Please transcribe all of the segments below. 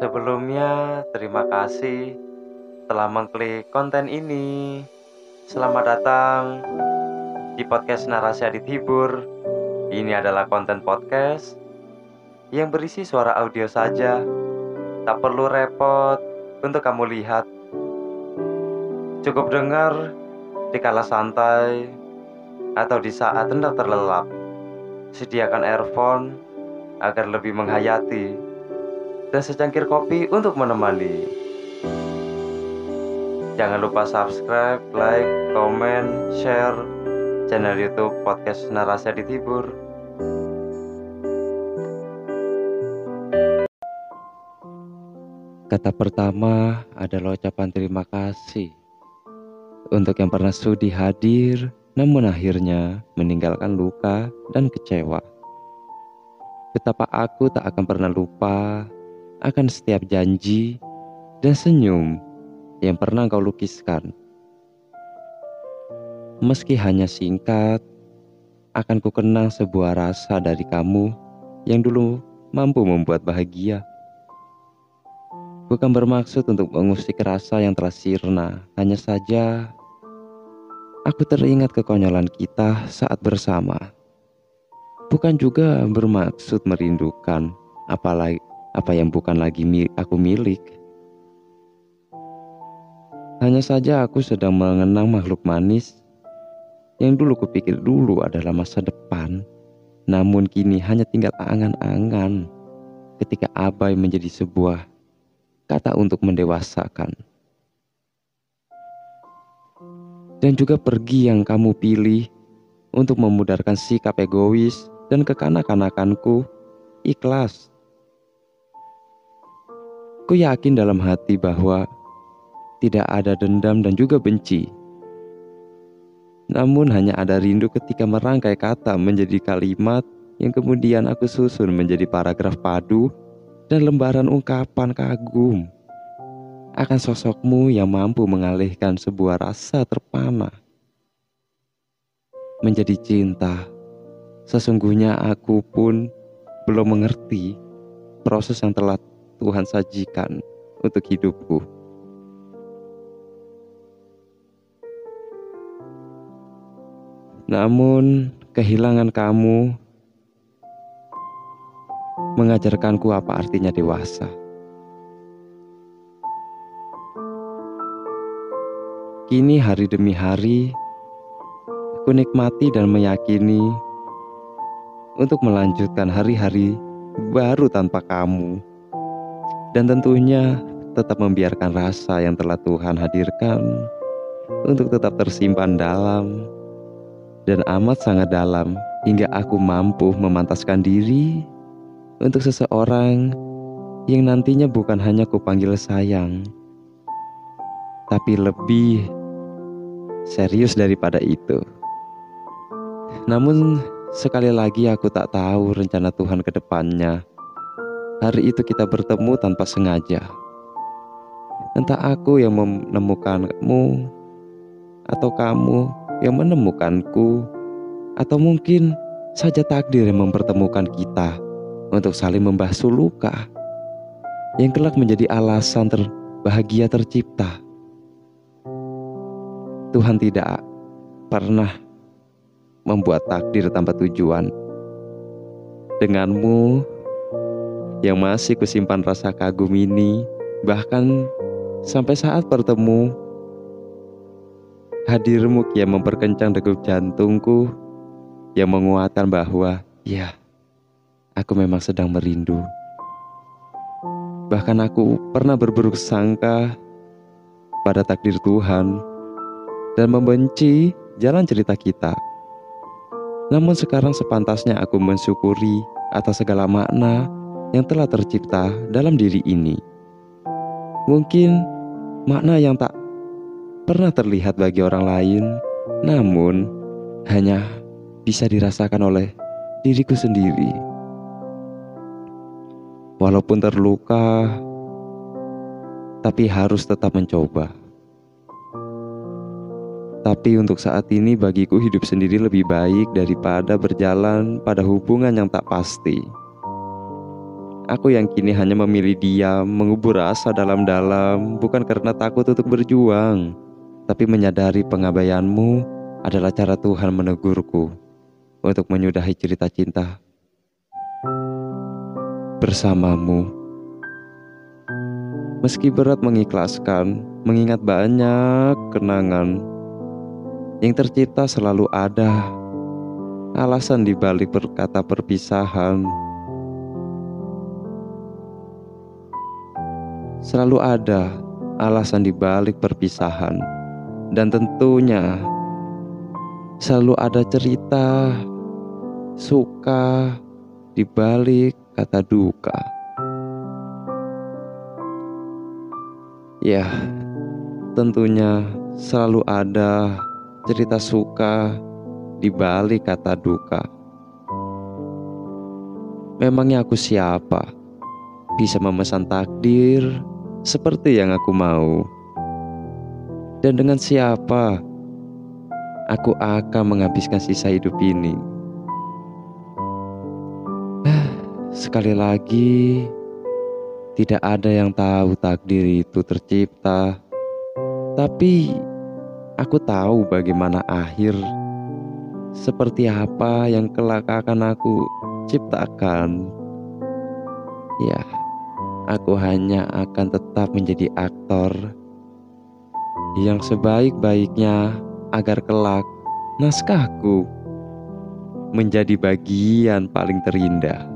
Sebelumnya, terima kasih telah mengklik konten ini. Selamat datang di podcast Narasi Adit Hibur. Ini adalah konten podcast yang berisi suara audio saja. Tak perlu repot untuk kamu lihat. Cukup dengar di kala santai atau di saat hendak terlelap. Sediakan earphone agar lebih menghayati dan secangkir kopi untuk menemani. Jangan lupa subscribe, like, komen, share channel YouTube podcast Narasi Adit Hibur. Kata pertama adalah ucapan terima kasih untuk yang pernah sudi hadir, namun akhirnya meninggalkan luka dan kecewa. Betapa aku tak akan pernah lupa akan setiap janji dan senyum yang pernah kau lukiskan. Meski hanya singkat, akan ku kenang sebuah rasa dari kamu yang dulu mampu membuat bahagia. Bukan bermaksud untuk mengusik rasa yang telah sirna, hanya saja aku teringat kekonyolan kita saat bersama. Bukan juga bermaksud merindukan apa yang bukan lagi aku milik. Hanya saja aku sedang mengenang makhluk manis yang dulu kupikir dulu adalah masa depan, namun kini hanya tinggal angan-angan ketika abai menjadi sebuah kata untuk mendewasakan. Dan juga pergi yang kamu pilih untuk memudarkan sikap egois dan kekanak-kanakanku ikhlas. Ku yakin dalam hati bahwa tidak ada dendam dan juga benci. Namun hanya ada rindu ketika merangkai kata menjadi kalimat yang kemudian aku susun menjadi paragraf padu dan lembaran ungkapan kagum akan sosokmu yang mampu mengalihkan sebuah rasa terpana menjadi cinta. Sesungguhnya aku pun belum mengerti proses yang telah Tuhan sajikan untuk hidupku. Namun kehilangan kamu mengajarkanku apa artinya dewasa. Kini hari demi hari aku nikmati dan meyakini untuk melanjutkan hari-hari baru tanpa kamu. Dan tentunya tetap membiarkan rasa yang telah Tuhan hadirkan untuk tetap tersimpan dalam dan amat sangat dalam hingga aku mampu memantaskan diri untuk seseorang yang nantinya bukan hanya kupanggil sayang, tapi lebih serius daripada itu. Namun sekali lagi aku tak tahu rencana Tuhan ke depannya. Hari itu kita bertemu tanpa sengaja. Entah aku yang menemukanmu atau kamu yang menemukanku, atau mungkin saja takdir yang mempertemukan kita untuk saling membasuh luka yang kelak menjadi alasan bahagia tercipta. Tuhan tidak pernah membuat takdir tanpa tujuan. Denganmu yang masih kusimpan rasa kagum ini, bahkan sampai saat bertemu, hadirmu kian memperkencang degup jantungku yang menguatkan bahwa ya, aku memang sedang merindu. Bahkan aku pernah berburuk sangka pada takdir Tuhan dan membenci jalan cerita kita. Namun sekarang sepantasnya aku mensyukuri atas segala makna yang telah tercipta dalam diri ini. Mungkin makna yang tak pernah terlihat bagi orang lain, namun hanya bisa dirasakan oleh diriku sendiri. Walaupun terluka, tapi harus tetap mencoba. Tapi untuk saat ini bagiku hidup sendiri lebih baik daripada berjalan pada hubungan yang tak pasti. Aku yang kini hanya memilih diam, mengubur rasa dalam-dalam, bukan karena takut untuk berjuang, tapi menyadari pengabaianmu adalah cara Tuhan menegurku untuk menyudahi cerita cinta bersamamu. Meski berat mengikhlaskan, mengingat banyak kenangan yang tercipta, selalu ada alasan di balik berkata perpisahan. Selalu ada alasan di balik perpisahan. Dan tentunya selalu ada cerita suka di balik kata duka. Ya, tentunya selalu ada cerita suka di balik kata duka. Memangnya aku siapa? Bisa memesan takdir seperti yang aku mau. Dan dengan siapa aku akan menghabiskan sisa hidup ini? Sekali lagi, tidak ada yang tahu takdir itu tercipta. Tapi aku tahu bagaimana akhir, seperti apa yang kelak akan aku ciptakan. Ya, aku hanya akan tetap menjadi aktor yang sebaik-baiknya, agar kelak naskahku menjadi bagian paling terindah.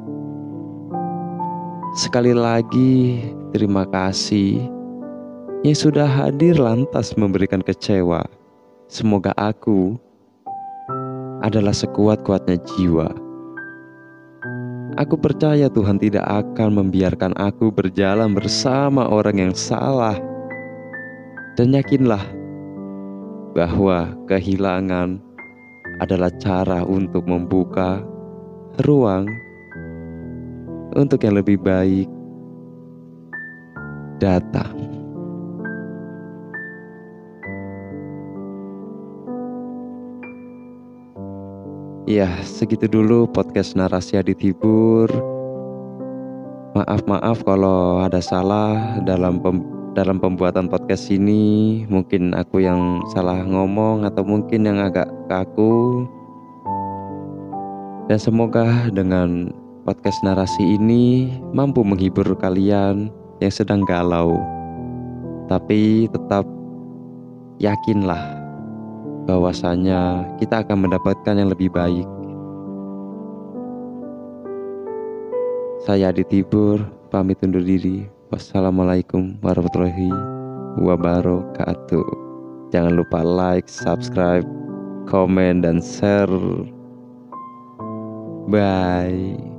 Sekali lagi, terima kasih yang sudah hadir lantas memberikan kecewa. Semoga aku adalah sekuat-kuatnya jiwa. Aku percaya Tuhan tidak akan membiarkan aku berjalan bersama orang yang salah. Dan yakinlah bahwa kehilangan adalah cara untuk membuka ruang untuk yang lebih baik datang. Ya, segitu dulu podcast Narasi Adit Hibur. Maaf kalau ada salah dalam pembuatan podcast ini. Mungkin aku yang salah ngomong atau mungkin yang agak kaku. Dan semoga dengan podcast narasi ini mampu menghibur kalian yang sedang galau. Tapi tetap yakinlah bahwasanya kita akan mendapatkan yang lebih baik. Saya Adit Hibur, pamit undur diri. Wassalamualaikum warahmatullahi wabarakatuh. Jangan lupa like, subscribe, komen, dan share. Bye.